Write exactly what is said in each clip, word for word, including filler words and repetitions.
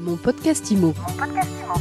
Mon podcast Immo. Mon podcast Immo.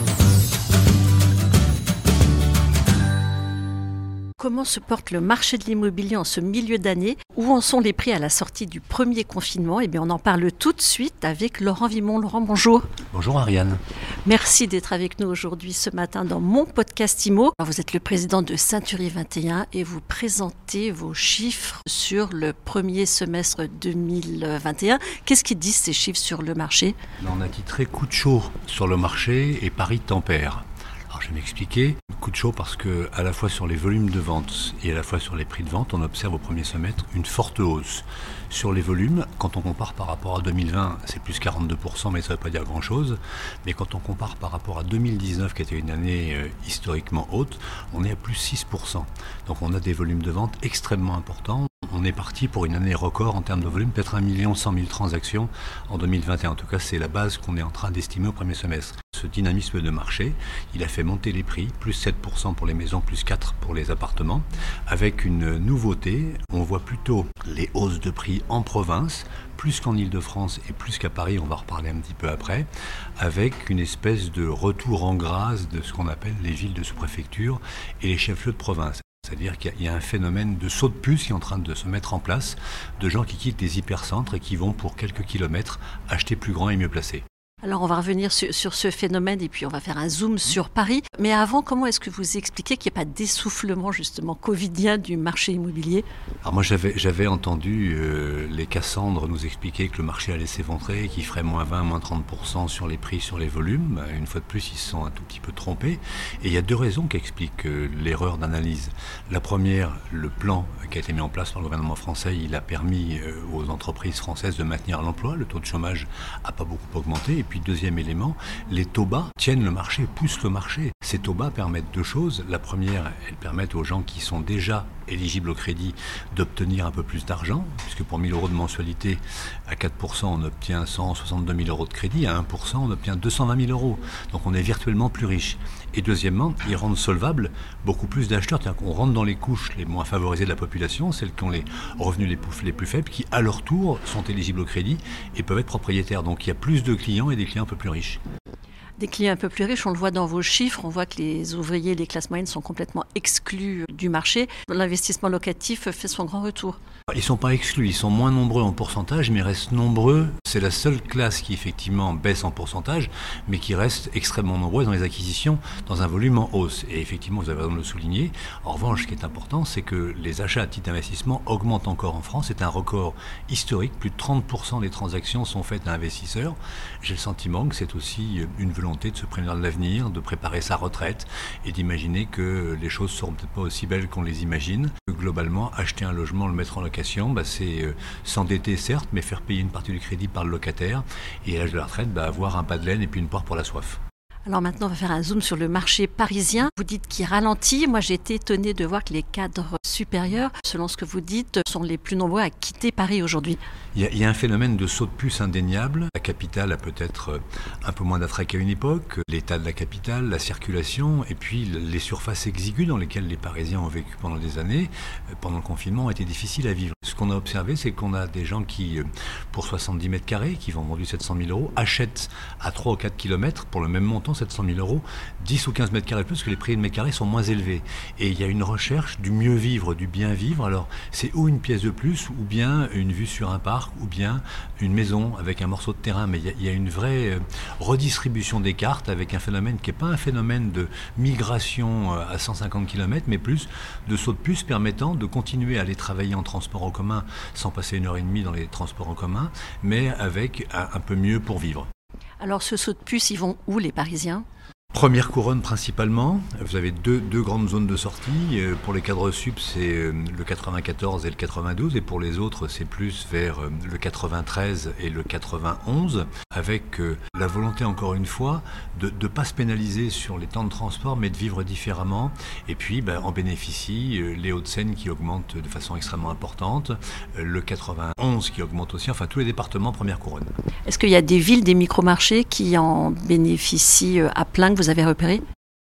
Comment se porte le marché de l'immobilier en ce milieu d'année? Où en sont les prix à la sortie du premier confinement? Eh bien, on en parle tout de suite avec Laurent Vimon. Laurent, bonjour. Bonjour Ariane. Merci d'être avec nous aujourd'hui ce matin dans mon podcast Immo. Alors, vous êtes le président de Century vingt et un et vous présentez vos chiffres sur le premier semestre deux mille vingt et un. Qu'est-ce qu'ils disent ces chiffres sur le marché? Là, on a titré coup de chaud sur le marché et Paris tempère. Alors je vais m'expliquer. Coup de chaud parce que à la fois sur les volumes de vente et à la fois sur les prix de vente, on observe au premier semestre une forte hausse. Sur les volumes, quand on compare par rapport à deux mille vingt, c'est plus quarante-deux pour cent, mais ça ne veut pas dire grand-chose. Mais quand on compare par rapport à deux mille dix-neuf, qui était une année euh, historiquement haute, on est à plus six pour cent. Donc on a des volumes de vente extrêmement importants. On est parti pour une année record en termes de volume, peut-être un million cent mille transactions en deux mille vingt et un. En tout cas, c'est la base qu'on est en train d'estimer au premier semestre. Ce dynamisme de marché, il a fait monter les prix, plus sept pour cent pour les maisons, plus quatre pour cent pour les appartements. Avec une nouveauté, on voit plutôt les hausses de prix en province, plus qu'en Île-de-France et plus qu'à Paris, on va en reparler un petit peu après, avec une espèce de retour en grâce de ce qu'on appelle les villes de sous-préfecture et les chefs-lieux de province. C'est-à-dire qu'il y a un phénomène de saut de puce qui est en train de se mettre en place, de gens qui quittent des hypercentres et qui vont pour quelques kilomètres acheter plus grand et mieux placé. Alors, on va revenir sur, sur ce phénomène et puis on va faire un zoom sur Paris. Mais avant, comment est-ce que vous expliquez qu'il n'y a pas d'essoufflement justement covidien du marché immobilier? Alors moi, j'avais, j'avais entendu euh, les Cassandres nous expliquer que le marché allait s'effondrer, qu'il ferait moins vingt, moins trente pour cent sur les prix, sur les volumes. Une fois de plus, ils se sont un tout petit peu trompés. Et il y a deux raisons qui expliquent euh, l'erreur d'analyse. La première, le plan qui a été mis en place par le gouvernement français, il a permis euh, aux entreprises françaises de maintenir l'emploi. Le taux de chômage n'a pas beaucoup augmenté. Et puis deuxième élément, les taux bas tiennent le marché, poussent le marché. Ces taux bas permettent deux choses. La première, elles permettent aux gens qui sont déjà éligibles au crédit d'obtenir un peu plus d'argent, puisque pour mille euros de mensualité, à quatre pour cent, on obtient cent soixante-deux mille euros de crédit, à un pour cent, on obtient deux cent vingt mille euros. Donc on est virtuellement plus riche. Et deuxièmement, ils rendent solvables beaucoup plus d'acheteurs. C'est-à-dire qu'on rentre dans les couches les moins favorisées de la population, celles qui ont les revenus les plus, les plus faibles, qui à leur tour sont éligibles au crédit et peuvent être propriétaires. Donc il y a plus de clients et des clients un peu plus riches. Des clients un peu plus riches, on le voit dans vos chiffres, on voit que les ouvriers et les classes moyennes sont complètement exclus du marché. L'investissement locatif fait son grand retour. Ils ne sont pas exclus, ils sont moins nombreux en pourcentage, mais ils restent nombreux. C'est la seule classe qui effectivement baisse en pourcentage, mais qui reste extrêmement nombreuse dans les acquisitions, dans un volume en hausse. Et effectivement, vous avez raison de le souligner. En revanche, ce qui est important, c'est que les achats à titre d'investissement augmentent encore en France. C'est un record historique. Plus de trente pour cent des transactions sont faites à investisseurs. J'ai le sentiment que c'est aussi une volonté de se prévenir de l'avenir, de préparer sa retraite et d'imaginer que les choses ne seront peut-être pas aussi belles qu'on les imagine. Globalement, acheter un logement, le mettre en location, bah, c'est euh, s'endetter certes, mais faire payer une partie du crédit par le locataire et à l'âge de la retraite, bah, avoir un pas de laine et puis une poire pour la soif. Alors maintenant, on va faire un zoom sur le marché parisien. Vous dites qu'il ralentit. Moi, j'ai été étonnée de voir que les cadres supérieurs, selon ce que vous dites, sont les plus nombreux à quitter Paris aujourd'hui. Il y a, il y a un phénomène de saut de puce indéniable. La capitale a peut-être un peu moins d'attrait qu'à une époque. L'état de la capitale, la circulation et puis les surfaces exiguës dans lesquelles les Parisiens ont vécu pendant des années, pendant le confinement, ont été difficiles à vivre. Ce qu'on a observé, c'est qu'on a des gens qui, pour soixante-dix mètres carrés, qui vont vendu sept cent mille euros, achètent à trois ou quatre kilomètres pour le même montant, sept cent mille euros, dix ou quinze mètres carrés plus, parce que les prix de mètres carrés sont moins élevés. Et il y a une recherche du mieux vivre, du bien vivre. Alors, c'est ou une pièce de plus, ou bien une vue sur un parc, ou bien une maison avec un morceau de terrain. Mais il y a, il y a une vraie redistribution des cartes avec un phénomène qui n'est pas un phénomène de migration à cent cinquante kilomètres, mais plus de saut de puce permettant de continuer à aller travailler en transport en commun sans passer une heure et demie dans les transports en commun, mais avec un, un peu mieux pour vivre. Alors ce saut de puce, ils vont où les Parisiens ? Première couronne principalement, vous avez deux, deux grandes zones de sortie. Pour les cadres sup, c'est le quatre-vingt-quatorze et le quatre-vingt-douze, et pour les autres, c'est plus vers le quatre-vingt-treize et le quatre-vingt-onze, avec la volonté, encore une fois, de ne pas se pénaliser sur les temps de transport, mais de vivre différemment. Et puis, ben, en bénéficient les Hauts-de-Seine qui augmentent de façon extrêmement importante, le quatre-vingt-onze qui augmente aussi, enfin tous les départements première couronne. Est-ce qu'il y a des villes, des micro-marchés qui en bénéficient à plein, que vous avez repéré ?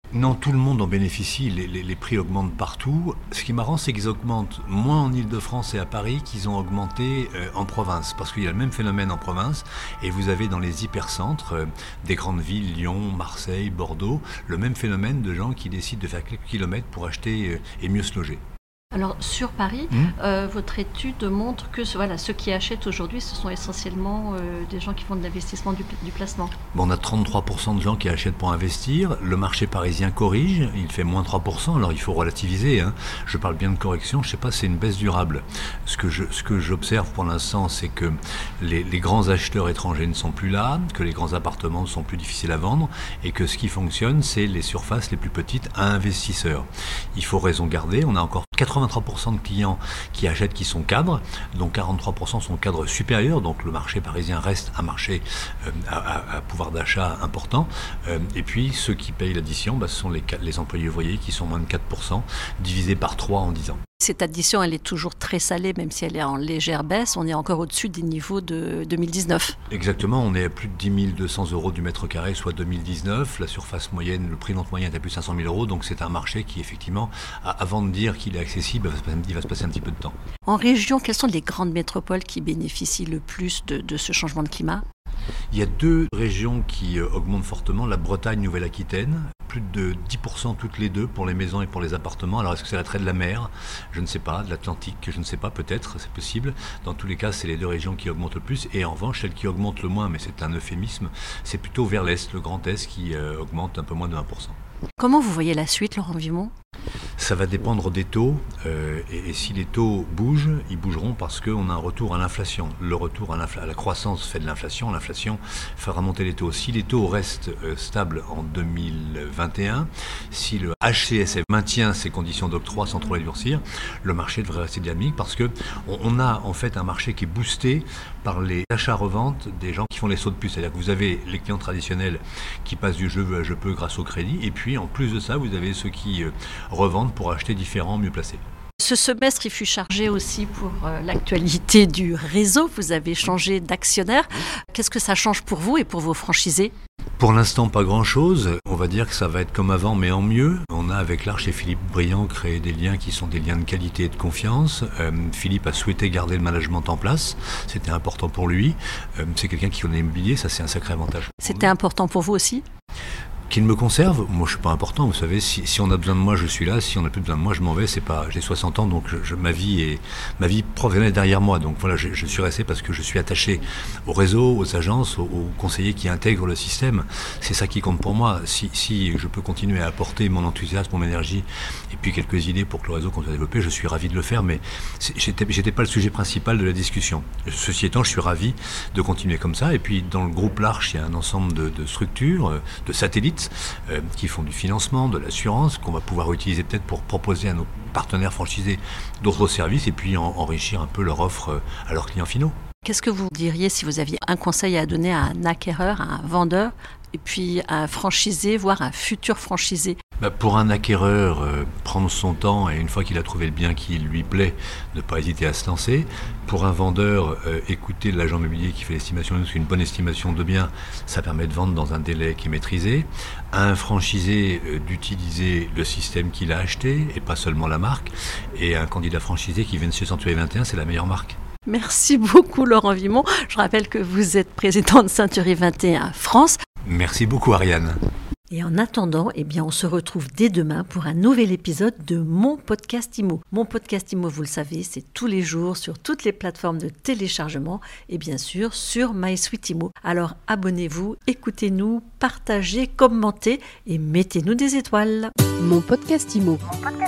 Non, tout le monde en bénéficie, les, les, les prix augmentent partout. Ce qui est marrant, c'est qu'ils augmentent moins en Ile-de-France et à Paris qu'ils ont augmenté euh, en province, parce qu'il y a le même phénomène en province, et vous avez dans les hypercentres euh, des grandes villes, Lyon, Marseille, Bordeaux, le même phénomène de gens qui décident de faire quelques kilomètres pour acheter euh, et mieux se loger. Alors sur Paris, mmh. euh, votre étude montre que voilà, ceux qui achètent aujourd'hui, ce sont essentiellement euh, des gens qui font de l'investissement du, du placement. Bon, on a trente-trois pour cent de gens qui achètent pour investir. Le marché parisien corrige, il fait moins trois pour cent, alors il faut relativiser. Hein. Je parle bien de correction, je ne sais pas, c'est une baisse durable. Ce que, je, ce que j'observe pour l'instant, c'est que les, les grands acheteurs étrangers ne sont plus là, que les grands appartements sont plus difficiles à vendre et que ce qui fonctionne, c'est les surfaces les plus petites à investisseurs. Il faut raison garder, on a encore quatre-vingt-trois pour cent de clients qui achètent qui sont cadres, dont quarante-trois pour cent sont cadres supérieurs, donc le marché parisien reste un marché euh, à, à pouvoir d'achat important. Euh, et puis ceux qui payent l'addition, bah, ce sont les, les employés ouvriers qui sont moins de quatre pour cent, divisé par trois en dix ans. Cette addition, elle est toujours très salée, même si elle est en légère baisse. On est encore au-dessus des niveaux de deux mille dix-neuf. Exactement, on est à plus de dix mille deux cents euros du mètre carré, soit deux mille dix-neuf. La surface moyenne, le prix de vente moyen est à plus de cinq cent mille euros. Donc c'est un marché qui, effectivement, avant de dire qu'il est accessible, il va se passer un petit peu de temps. En région, quelles sont les grandes métropoles qui bénéficient le plus de, de ce changement de climat ? Il y a deux régions qui augmentent fortement, la Bretagne, Nouvelle-Aquitaine, plus de dix pour cent toutes les deux pour les maisons et pour les appartements. Alors est-ce que c'est l'attrait de la mer ? Je ne sais pas, de l'Atlantique, je ne sais pas, peut-être, c'est possible. Dans tous les cas, c'est les deux régions qui augmentent le plus. Et en revanche, celle qui augmente le moins, mais c'est un euphémisme, c'est plutôt vers l'Est, le Grand Est, qui euh, augmente un peu moins de un pour cent. Comment vous voyez la suite, Laurent Vimont ? Ça va dépendre des taux, euh, et, et si les taux bougent, ils bougeront parce qu'on a un retour à l'inflation. Le retour à, à la croissance fait de l'inflation, l'inflation fera monter les taux. Si les taux restent euh, stables en deux mille vingt et un, si le H C S F maintient ses conditions d'octroi sans trop les durcir, le marché devrait rester dynamique parce qu'on on a en fait un marché qui est boosté par les achats-reventes des gens qui font les sauts de puce. C'est-à-dire que vous avez les clients traditionnels qui passent du je veux à je peux grâce au crédit, et puis en plus de ça, vous avez ceux qui euh, revendent pour acheter différents, mieux placés. Ce semestre, il fut chargé aussi pour euh, l'actualité du réseau. Vous avez changé d'actionnaire. Qu'est-ce que ça change pour vous et pour vos franchisés ? Pour l'instant, pas grand-chose. On va dire que ça va être comme avant, mais en mieux. On a, avec l'Arche et Philippe Briand, créé des liens qui sont des liens de qualité et de confiance. Euh, Philippe a souhaité garder le management en place. C'était important pour lui. Euh, c'est quelqu'un qui connaît l'immobilier, ça c'est un sacré avantage. C'était important pour vous aussi ? Qu'il me conserve, moi je suis pas important, vous savez, si, si on a besoin de moi, je suis là, si on n'a plus besoin de moi, je m'en vais, c'est pas, j'ai soixante ans, donc je, je, ma vie est, ma vie professionnelle est derrière moi, donc voilà, je, je suis resté parce que je suis attaché au réseau, aux agences, aux, aux conseillers qui intègrent le système, c'est ça qui compte pour moi. Si, si je peux continuer à apporter mon enthousiasme, mon énergie, et puis quelques idées pour que le réseau continue à développer, je suis ravi de le faire, mais j'étais, j'étais pas le sujet principal de la discussion. Ceci étant, je suis ravi de continuer comme ça, et puis dans le groupe L'Arche, il y a un ensemble de, de structures, de satellites, Euh, qui font du financement, de l'assurance, qu'on va pouvoir utiliser peut-être pour proposer à nos partenaires franchisés d'autres services et puis en, enrichir un peu leur offre euh, à leurs clients finaux. Qu'est-ce que vous diriez si vous aviez un conseil à donner à un acquéreur, à un vendeur, et puis à un franchisé, voire un futur franchisé ? Bah pour un acquéreur, euh, prendre son temps et une fois qu'il a trouvé le bien qui lui plaît, ne pas hésiter à se lancer. Pour un vendeur, euh, écouter l'agent immobilier qui fait l'estimation, parce qu'une bonne estimation de bien, ça permet de vendre dans un délai qui est maîtrisé. À un franchisé, euh, d'utiliser le système qu'il a acheté et pas seulement la marque. Et à un candidat franchisé qui vient de chez Century vingt et un, c'est la meilleure marque. Merci beaucoup Laurent Vimont. Je rappelle que vous êtes président de Century vingt et un France. Merci beaucoup Ariane. Et en attendant, eh bien, on se retrouve dès demain pour un nouvel épisode de Mon Podcast Immo. Mon Podcast Immo, vous le savez, c'est tous les jours sur toutes les plateformes de téléchargement et bien sûr sur MySuite Immo. Alors abonnez-vous, écoutez-nous, partagez, commentez et mettez-nous des étoiles. Mon Podcast Immo. Mon podcast